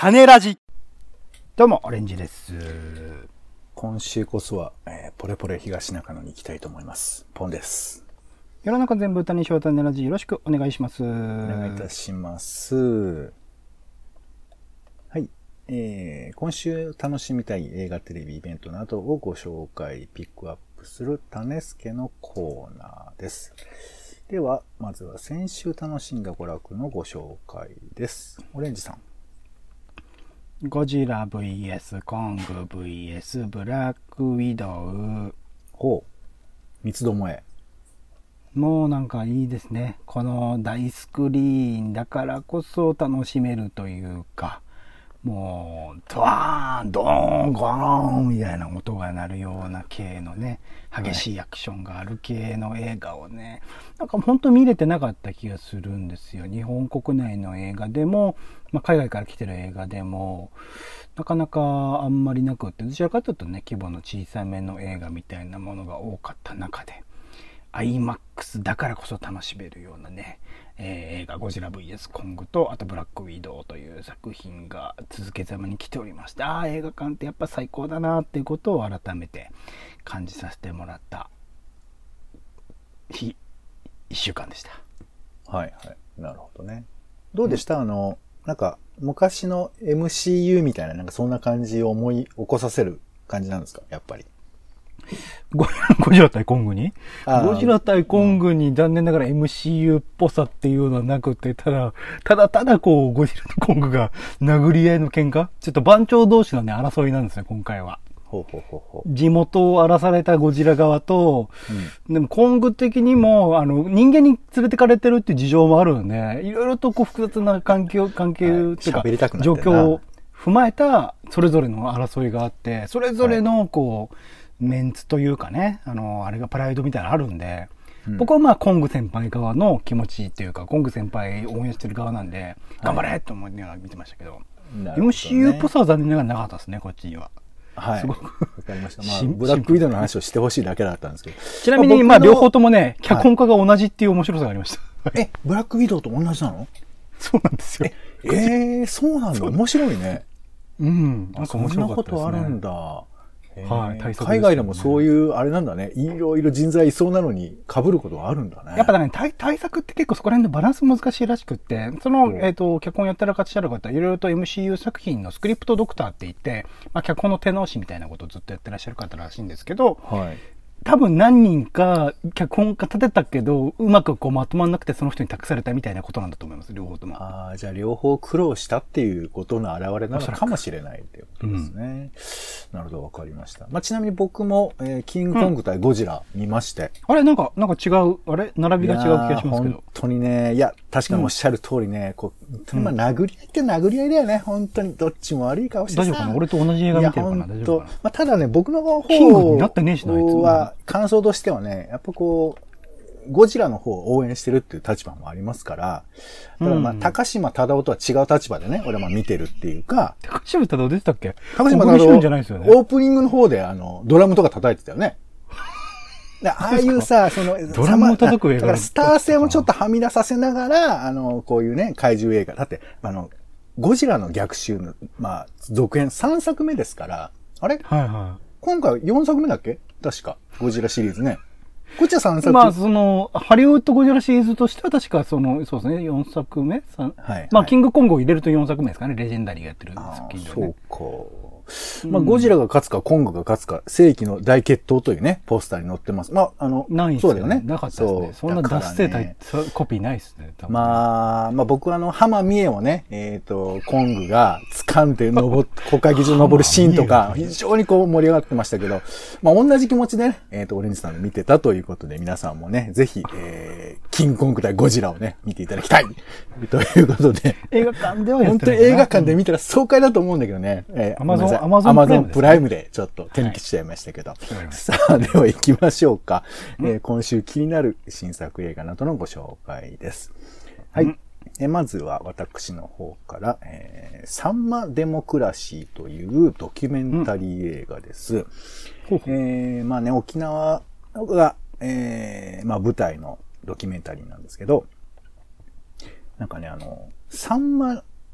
種ラジ。どうもオレンジです。 今週こそは、ポレポレ東中野に行きたいと思います。ポンです。 世の中全部歌にしよう種ラジ、よろしくお願いします。お願いいたします。はい、今週楽しみたい映画テレビイベントなどをご紹介ピックアップする種助のコーナーです。ではまずは先週楽しんだ娯楽のご紹介です。オレンジさん。 ゴジラ vs コング vs ブラックウィドウ。 ほう、三つどもえ。 もうなんかいいですね。この大スクリーンだからこそ楽しめるというか、もうドワーンドーンゴーンみたいな音が鳴るような系のね、激しいアクションがある系の映画をね、なんか本当見れてなかった気がするんですよ。日本国内の映画でも、海外から来てる映画でもなかなかあんまりなくって、どちらかというとね、規模の小さめの映画みたいなものが多かった中で、IMAX だからこそ楽しめるようなね、映画ゴジラ vs コングと、あとブラックウィドウという作品が続けざまに来ておりまして、映画館ってやっぱ最高だなっていうことを改めて感じさせてもらった1週間でした。 はいはい、なるほどね。どうでした、なんか昔の MCU みたいな、なんかそんな感じを思い起こさせる感じなんですか、やっぱり。 ゴジラ対コングにゴジラ対コングに残念ながら MCU っぽさっていうのはなくて、ただこうゴジラとコングが殴り合いの喧嘩、ちょっと番長同士のね争いなんですね、今回は。地元を荒らされたゴジラ側と、でもコング的にも人間に連れてかれてるっていう事情もあるんで、いろいろとこう複雑な関係っていうか状況を踏まえたそれぞれの争いがあって、それぞれのこう、メンツというかね、あれがプライドみたいなのあるんで、僕はコング先輩側の気持ちっていうか、コング先輩応援してる側なんで、頑張れと思いながら見てましたけど、MCU っぽさは残念ながらなかったですね、こっちには。 はい。すごく。わかりました。ブラックウィドウの話をしてほしいだけだったんですけど。 ちなみに、両方ともね、脚本家が同じっていう面白さがありました。 ブラックウィドウと同じなの？ そうなんですよ。 そうなんだ。面白いね。 うん。 なんか面白かったですね。そんなことあるんだ。 はい、 海外でもそういう、あれなんだね。いろいろ人材いそうなのに被ることがあるんだね。 やっぱね、対策って結構そこら辺のバランス難しいらしくって、その、脚本やってらっしゃる方、いろいろと MCU 作品のスクリプトドクターって言って、脚本の手直しみたいなことをずっとやってらっしゃる方らしいんですけど、 はい。 多分何人か脚本家立てたけど、うまくこうまとまんなくてその人に託されたみたいなことなんだと思います、両方とも。 じゃあ両方苦労したっていうことの表れなのかもしれないっていうことですね。なるほど、わかりました。ちなみに僕も、キングコング対ゴジラ見まして。 あれなんか違う、並びが違う気がしますけど。 本当にね、確かにおっしゃる通りね、殴り合いって殴り合いだよね、本当に。どっちも悪い顔してさ。 大丈夫かな、俺と同じ映画見てるかな、大丈夫かな。 ただね、僕の方キングになってねえしな、あいつは、感想としてはね、やっぱこう、ゴジラの方を応援してるっていう立場もありますから、ただ高島忠夫とは違う立場でね、俺は見てるっていうか。 高島忠夫出てたっけ？ 高島忠夫、オープニングの方でドラムとか叩いてたよね。ああいうさ、 ドラムを叩く映画だからスター性もちょっとはみ出させながら、こういうね、怪獣映画。だって、ゴジラの逆襲の、続編3作目ですから、あれ？ はいはい。 今回4作目だっけ？確か。ゴジラシリーズね。こっちは3作目。ハリウッドゴジラシリーズとしては確かそうですね、4作目はい。キングコングを入れると4作目ですかね、レジェンダリーがやってる作品でね。 そうか。ゴジラが勝つか、コングが勝つか、世紀の大決闘というね、ポスターに載ってます。 ないそうだよね。 なかったですね。そんな脱製コピーないですね。 僕は浜美恵をね、コングが掴んで国会議事登るシーンとか、非常にこう盛り上がってましたけど、同じ気持ちでね、オレンジさん見てたということで、皆さんもね、ぜひ、キングコング対ゴジラをね、見ていただきたいということで。 映画館では本当に映画館で見たら爽快だと思うんだけどね。 アマゾンプライムでちょっと手抜きしちゃいましたけど。さあ、では行きましょうか。今週気になる新作映画などのご紹介です。はい。まずは私の方から、サンマデモクラシーというドキュメンタリー映画です。沖縄が、舞台のドキュメンタリーなんですけど、なんかね、サンマ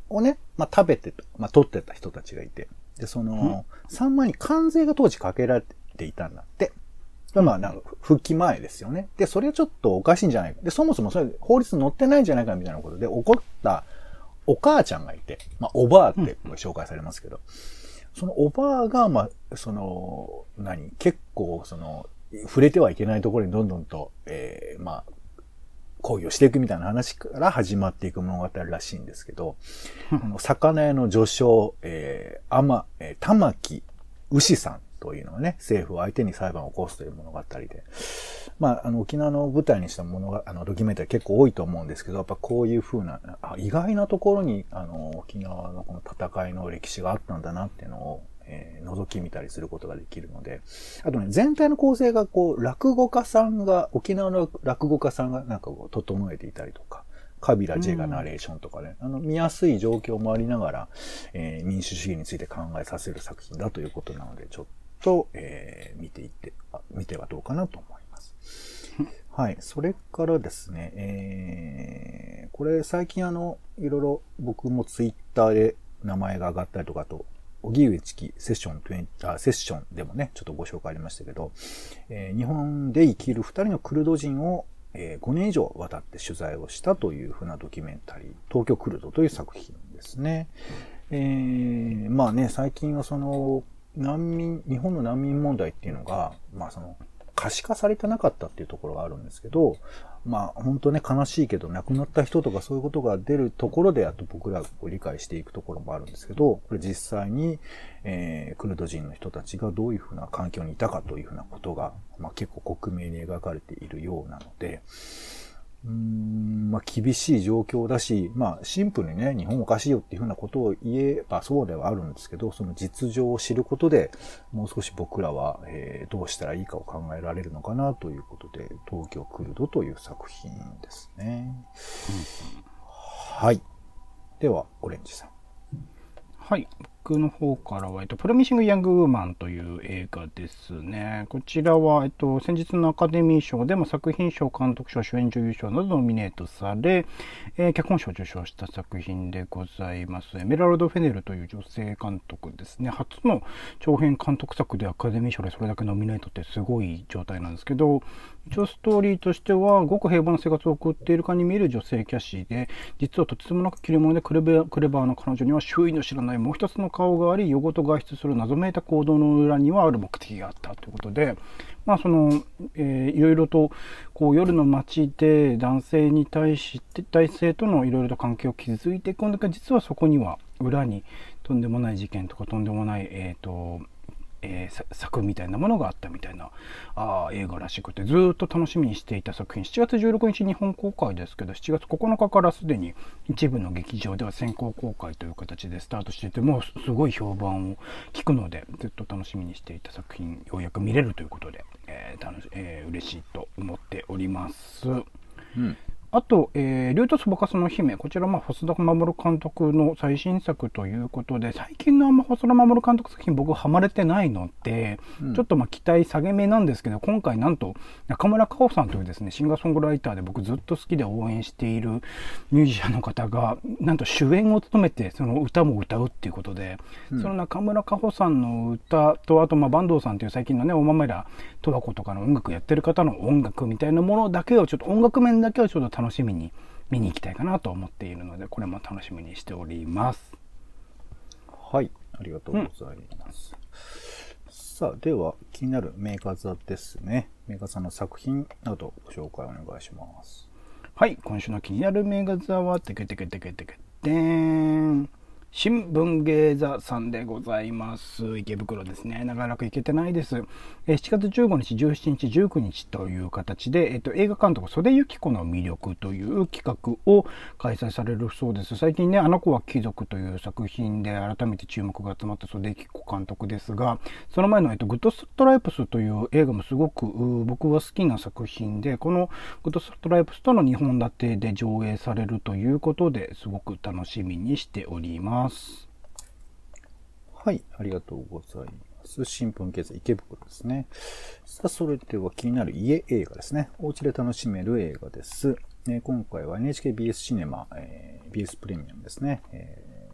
をね、まあ、食べて、まあ、取ってた人たちがいて、で、その、サンマに関税が当時かけられていたんだって。まあ、なんか、復帰前ですよね。で、それはちょっとおかしいんじゃないか。で、そもそもそれ、法律載ってないんじゃないかみたいなことで怒ったお母ちゃんがいて、まあ、おばあって紹介されますけど、そのおばあが、まあ、その、結構、その、触れてはいけないところにどんどんと、まあ、行為をしていくみたいな話から始まっていく物語らしいんですけど、魚屋の序章、玉木牛さんというのはね、政府を相手に裁判を起こすという物語で、まあ、沖縄の舞台にしたドキュメンタリー結構多いと思うんですけど、やっぱこういう風な、意外なところに、沖縄のこの戦いの歴史があったんだなっていうのを、覗き見たりすることができるので、あとね、全体の構成が沖縄の落語家さんがなんかこう、整えていたりとか、カビラ J がナレーションとかね、見やすい状況もありながら、民主主義について考えさせる作品だということなので、ちょっと、見てはどうかなと思います。はい。それからですね、これ最近いろいろ僕もツイッターで名前が上がったりとかと、荻上チキセッションでもね、ちょっとご紹介ありましたけど、日本で生きる2人のクルド人を5年以上渡って取材をしたというふうなドキュメンタリー、東京クルドという作品ですね。まあね、最近はその、日本の難民問題っていうのが、まあその、可視化されてなかったっていうところがあるんですけど、まあ本当ね悲しいけど亡くなった人とかそういうことが出るところであと僕らが理解していくところもあるんですけど、これ実際に、クルド人の人たちがどういうふうな環境にいたかというふうなことが、まあ、結構克明に描かれているようなので、まあ厳しい状況だし、まあシンプルにね、日本おかしいよっていうふうなことを言えばそうではあるんですけど、その実情を知ることで、もう少し僕らは、どうしたらいいかを考えられるのかなということで、東京クルドという作品ですね。はい。では、オレンジさん。 はい。僕の方からは、プロミシング・ヤング・ウーマンという映画ですね。こちらは、先日のアカデミー賞でも作品賞、監督賞、主演女優賞などノミネートされ、脚本賞を受賞した作品でございます。エメラルド・フェネルという女性監督ですね。初の長編監督作でアカデミー賞でそれだけノミネートってすごい状態なんですけど、一応ストーリーとしては、ごく平凡な生活を送っているかに見える女性キャシーで、実はとてつもなく切れ者でクレバーな彼女には周囲の知らないもう一つの顔があり、夜ごと外出する謎めいた行動の裏にはある目的があったということで、まあいろいろとこう夜の街で男性とのいろいろと関係を築いていくんだけど、実はそこには裏にとんでもない事件とかとんでもない作みたいなものがあったみたいな映画らしくて、ずっと楽しみにしていた作品、7月16日日本公開ですけど、7月9日からすでに一部の劇場では先行公開という形でスタートしていて、もうすごい評判を聞くので、ずっと楽しみにしていた作品ようやく見れるということで、嬉しいと思っております。あと、竜とそばかすの姫。こちら、細田守監督の最新作ということで、最近の細田守監督作品僕ハマれてないので、ちょっと期待下げ目なんですけど、今回なんと中村佳穂さんというですね、シンガーソングライターで僕ずっと好きで応援しているミュージシャンの方が、なんと主演を務めて、その歌も歌うっていうことで、その中村佳穂さんの歌と、あと坂東さんという最近のね、おまめら十和子とかの音楽やってる方の音楽みたいなものだけを、ちょっと音楽面だけをちょっと楽しみに見に行きたいかなと思っているので、これも楽しみにしております。 はい、ありがとうございます。さあ、では気になる名画座ですね。名画座の作品などご紹介お願いします。 はい、今週の気になる名画座はテケテケテケテケでーん。新聞芸座さんでございます。池袋ですね。長らく行けてないです。7月15日、17日、19日という形で、映画監督袖由紀子の魅力という企画を開催されるそうです。最近ね、あの子は貴族という作品で改めて注目が集まった袖由紀子監督ですが、その前の、グッドストライプスという映画もすごく僕は好きな作品で、このグッドストライプスとの2本立てで上映されるということで、すごく楽しみにしております。 はい、ありがとうございます。新聞芸座池袋ですね。さあ、それでは気になる家映画ですね。お家で楽しめる映画です。今回は NHKBS シネマ、BS プレミアムですね。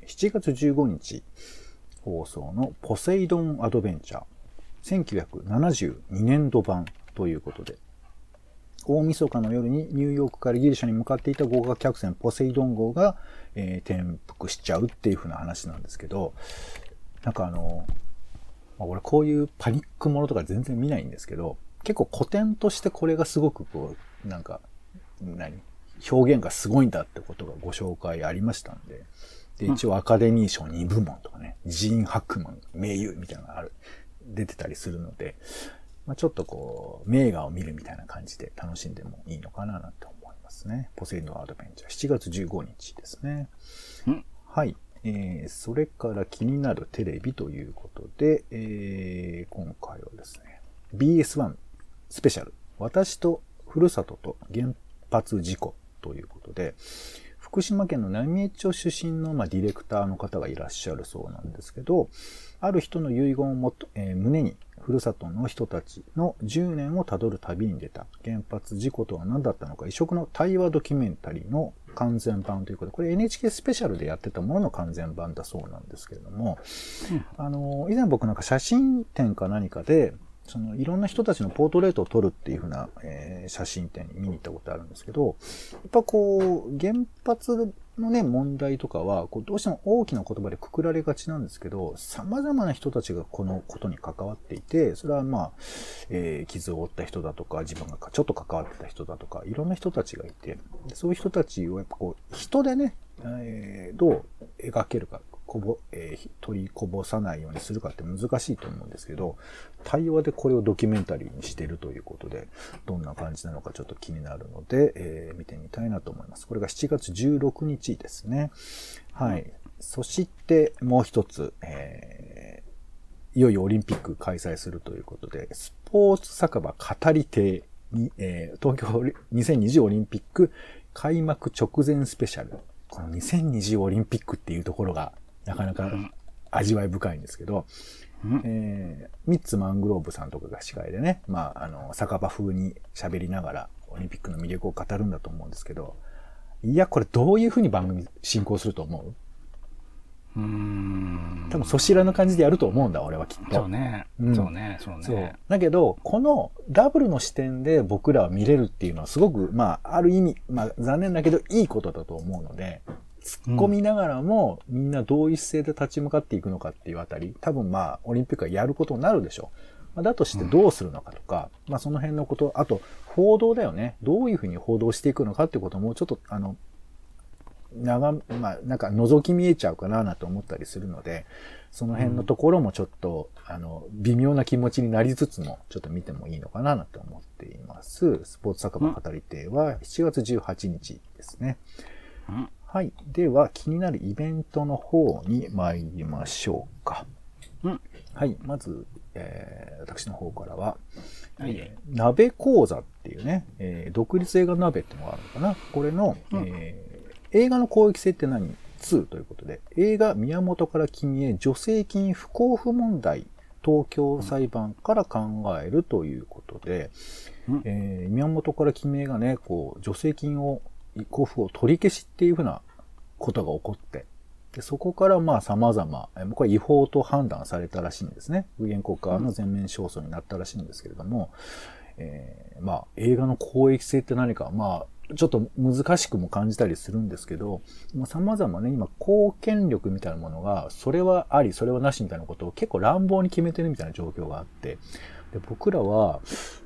7月15日放送のポセイドンアドベンチャー1972年度版ということで、大晦日の夜にニューヨークからギリシャに向かっていた豪華客船ポセイドン号が、転覆しちゃうっていう風な話なんですけど、なんか俺こういうパニックものとか全然見ないんですけど、結構古典としてこれがすごくこう、なんか、表現がすごいんだってことがご紹介ありましたんで、で、一応アカデミー賞2部門とかね、ジーン・ハックマン名優みたいなのが出てたりするので、ちょっとこう、名画を見るみたいな感じで楽しんでもいいのかななんて思いますね。ポセイドンアドベンチャー7月15日ですね。はい。それから気になるテレビということで、今回はですね、BS1 スペシャル、私とふるさとと原発事故ということで、福島県の浪江町出身の、ディレクターの方がいらっしゃるそうなんですけど、ある人の遺言を胸に、ふるさとの人たちの10年をたどる旅に出た原発事故とは何だったのか異色の対話ドキュメンタリーの完全版ということで、これ NHK スペシャルでやってたものの完全版だそうなんですけれども、以前僕なんか写真展か何かで、いろんな人たちのポートレートを撮るっていう風な、写真展に見に行ったことあるんですけど、やっぱこう、原発のね、問題とかは、どうしても大きな言葉でくくられがちなんですけど、様々な人たちがこのことに関わっていて、それは傷を負った人だとか、自分がちょっと関わってた人だとか、いろんな人たちがいて、そういう人たちをやっぱ人でね、どう描けるか、取りこぼさないようにするかって難しいと思うんですけど、対話でこれをドキュメンタリーにしているということで、どんな感じなのかちょっと気になるので、見てみたいなと思います。これが7月16日ですね。はい。そしてもう一つ、いよいよオリンピック開催するということで、スポーツ酒場語り亭に、東京2020オリンピック開幕直前スペシャル。この2020オリンピックっていうところがなかなか味わい深いんですけど、ミッツ・マングローブさんとかが司会でね、酒場風に喋りながらオリンピックの魅力を語るんだと思うんですけど、いや、これどういう風に番組進行すると思う？多分そしらの感じでやると思うんだ、俺はきっと。 そうね。そうね。 だけど、このダブルの視点で僕らは見れるっていうのはすごく、ある意味、残念だけどいいことだと思うので、突っ込みながらも、みんなどういう姿勢で立ち向かっていくのかっていうあたり、多分オリンピックはやることになるでしょう。だとしてどうするのかとか、その辺のこと、あと、報道だよね。どういうふうに報道していくのかっていうことも、ちょっと、なんか覗き見えちゃうかなと思ったりするので、その辺のところもちょっと、微妙な気持ちになりつつも、ちょっと見てもいいのかなと思っています。スポーツ酒場語り亭は7月18日ですね。はい。では、気になるイベントの方に参りましょうか。はい。まず、私の方からは、鍋講座っていうね、独立映画鍋っていうのがあるのかな。これの、映画の公益性って何 ?2 ということで、映画宮本から君へ助成金不交付問題東京裁判から考えるということで、宮本から君へがね、助成金を交付を取り消しっていうふうなことが起こって、でそこから様々、これ違法と判断されたらしいんですね。原告側の全面勝訴になったらしいんですけれども、映画の公益性って何か、ちょっと難しくも感じたりするんですけど、様々ね、今、公権力みたいなものが、それはあり、それはなしみたいなことを結構乱暴に決めてるみたいな状況があって、で僕らは、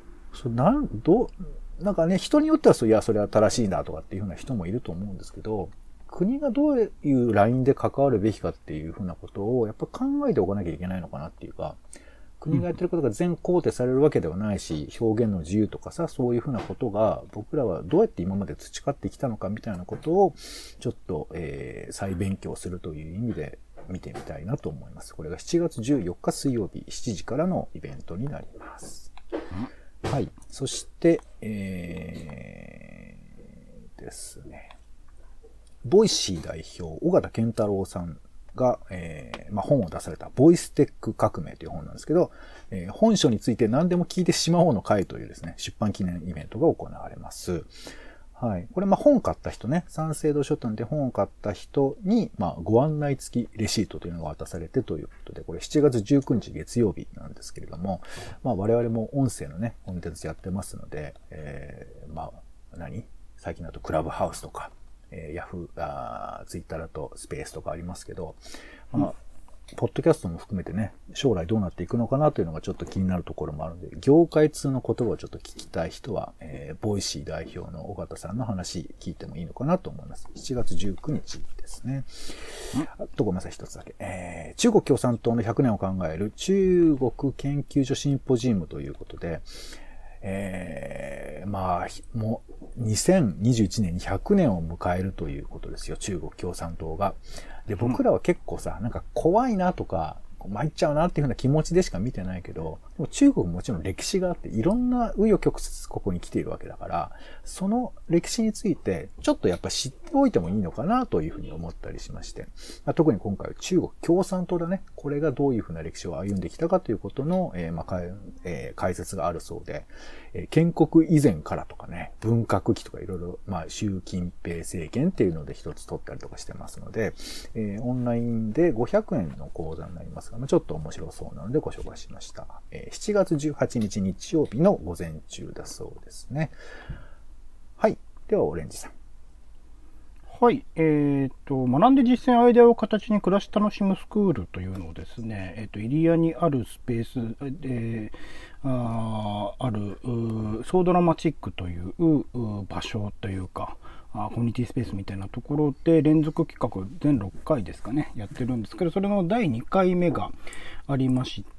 なんかね、人によってはそれは正しいんだとかっていうふうな人もいると思うんですけど、国がどういうラインで関わるべきかっていうふうなことを、やっぱ考えておかなきゃいけないのかなっていうか、国がやってることが全肯定されるわけではないし、表現の自由とかさ、そういうふうなことが僕らはどうやって今まで培ってきたのかみたいなことをちょっと、再勉強するという意味で見てみたいなと思います。これが7月14日水曜日7時からのイベントになります。はい。そして、ですね。ボイシー代表、尾形健太郎さんが、本を出されたボイステック革命という本なんですけど、本書について何でも聞いてしまおうの会というですね、出版記念イベントが行われます。 はい。これ、本買った人ね、三省堂書店で本を買った人に、ご案内付きレシートというのが渡されてということで、これ7月19日月曜日なんですけれども、我々も音声のね、コンテンツやってますので、最近だとクラブハウスとか、ヤフー、ツイッターだとスペースとかありますけど、ポッドキャストも含めてね、将来どうなっていくのかなというのがちょっと気になるところもあるので、業界通の言葉をちょっと聞きたい人は、ボイシー代表の尾形さんの話聞いてもいいのかなと思います。7月19日ですね。あとごめんなさい、一つだけ。中国共産党の100年を考える中国研究所シンポジウムということで、もう2021年に100年を迎えるということですよ、中国共産党が。で、僕らは結構さ、なんか怖いなとか、参っちゃうなっていうふうな気持ちでしか見てないけど、でも中国ももちろん歴史があって、いろんな紆余曲折ここに来ているわけだから、その歴史について、ちょっとやっぱ知っておいてもいいのかなというふうに思ったりしまして、特に今回は中国共産党だね、これがどういうふうな歴史を歩んできたかということの、解説があるそうで、建国以前からとかね、文革期とかいろいろ、習近平政権っていうので一つ取ったりとかしてますので、オンラインで500円の講座になりますが、ちょっと面白そうなのでご紹介しました。7月18日日曜日の午前中だそうですね。はい。では、オレンジさん。 はい。学んで実践アイデアを形に暮らし楽しむスクールというのをですね、入谷にあるスペースで、ある、ソードラマチックという場所というか、コミュニティスペースみたいなところで連続企画全6回ですかね、やってるんですけど、それの第2回目がありまして、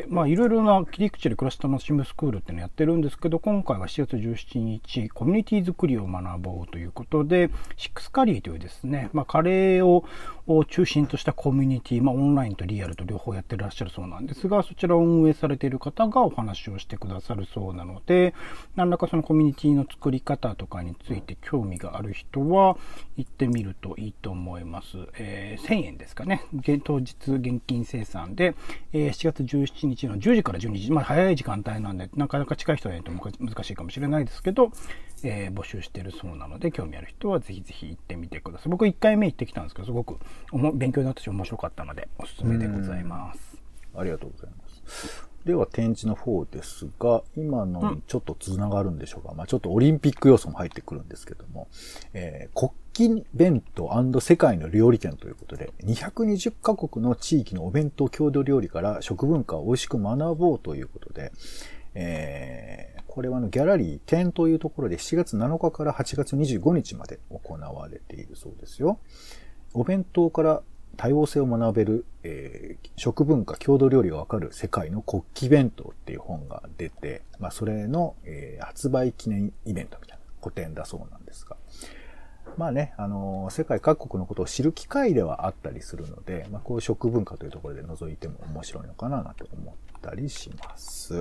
いろいろな切り口で暮らし楽しむスクールっていうのをやってるんですけど、今回は7月17日、コミュニティ作りを学ぼうということで、シックスカリーというですね、カレーを中心としたコミュニティ、オンラインとリアルと両方やってらっしゃるそうなんですが、そちらを運営されている方がお話をしてくださるそうなので、何らかそのコミュニティの作り方とかについて興味がある人は行ってみるといいと思います。1000円ですかね。当日現金生産で、7月17日の10時から12時、早い時間帯なんで、なかなか近い人じゃないと難しいかもしれないですけど、募集しているそうなので、興味ある人はぜひぜひ行ってみてください。僕1回目行ってきたんですけど、すごく勉強になったし面白かったので、おすすめでございます。 ありがとうございます。では展示の方ですが、今のにちょっとつながるんでしょうか。ちょっとオリンピック要素も入ってくるんですけども、国旗弁当&世界の料理店ということで、220カ国の地域のお弁当郷土料理から食文化を美味しく学ぼうということで、これはギャラリー10というところで7月7日から8月25日まで行われているそうですよ。お弁当から多様性を学べる、食文化郷土料理がわかる世界の国旗弁当っていう本が出て、それの、発売記念イベントみたいな個展だそうなんですが、世界各国のことを知る機会ではあったりするので、こういう食文化というところで覗いても面白いのかななんて思ったりします。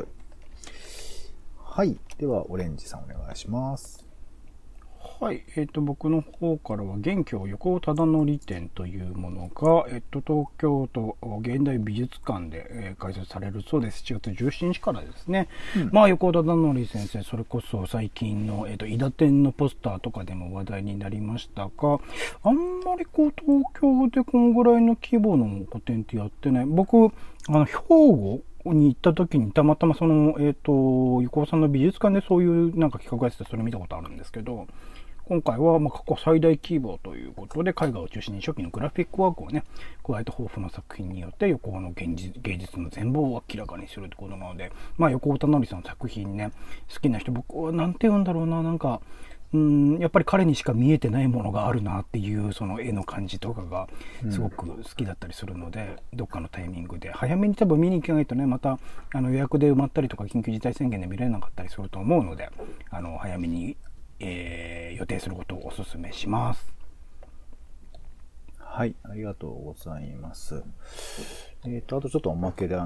はい。では、オレンジさんお願いします。 はい。僕の方からは、元凶横尾忠則展というものが、東京都現代美術館で、開催されるそうです。7月17日からですね。横尾忠則先生、それこそ最近の、伊田展のポスターとかでも話題になりましたが、あんまり東京でこのぐらいの規模の個展ってやってない。僕、兵庫に行った時にたまたま横尾さんの美術館でそういう企画やっててそれ見たことあるんですけど、今回は過去最大規模ということで、絵画を中心に初期のグラフィックワークをね、加えた豊富な作品によって横尾の芸術の全貌を明らかにするということなので、横尾忠則さんの作品ね、好きな人、僕はなんて言うんだろうな、やっぱり彼にしか見えてないものがあるなっていうその絵の感じとかがすごく好きだったりするので、どっかのタイミングで早めに多分見に行かないとね、また予約で埋まったりとか緊急事態宣言で見れなかったりすると思うので、早めに予定することをお勧めします。 はい、ありがとうございます。あとちょっとおまけで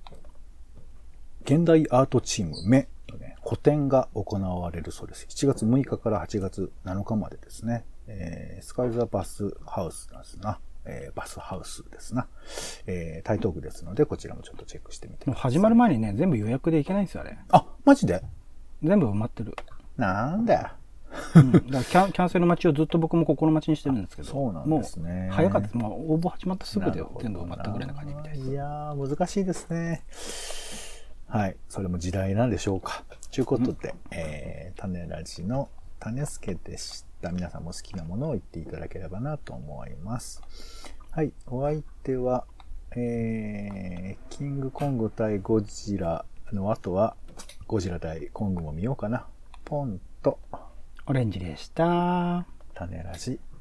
現代アートチーム目のね、個展が行われるそうです。7月6日から8月7日までですね。スカイザバスハウスですな。バスハウスですな。台東区ですので、こちらもちょっとチェックしてみてください。 始まる前にね、全部予約でいけないんですよ、あれ。 あ、マジで？ 全部埋まってる。 なんだよ。 うん、だからキャンセル待ちをずっと僕も心待ちにしてるんですけど、 そうなんですね。 もう早かったです。もう応募始まったすぐで全部埋まったぐらいな感じみたいです。 いやー、難しいですね。はい。それも時代なんでしょうか。ということで、種ラジの種助でした。皆さんも好きなものを言っていただければなと思います。はい。お相手は、キングコング対ゴジラの後は、ゴジラ対コングも見ようかな。ポンと、 オレンジでした。 種ラジ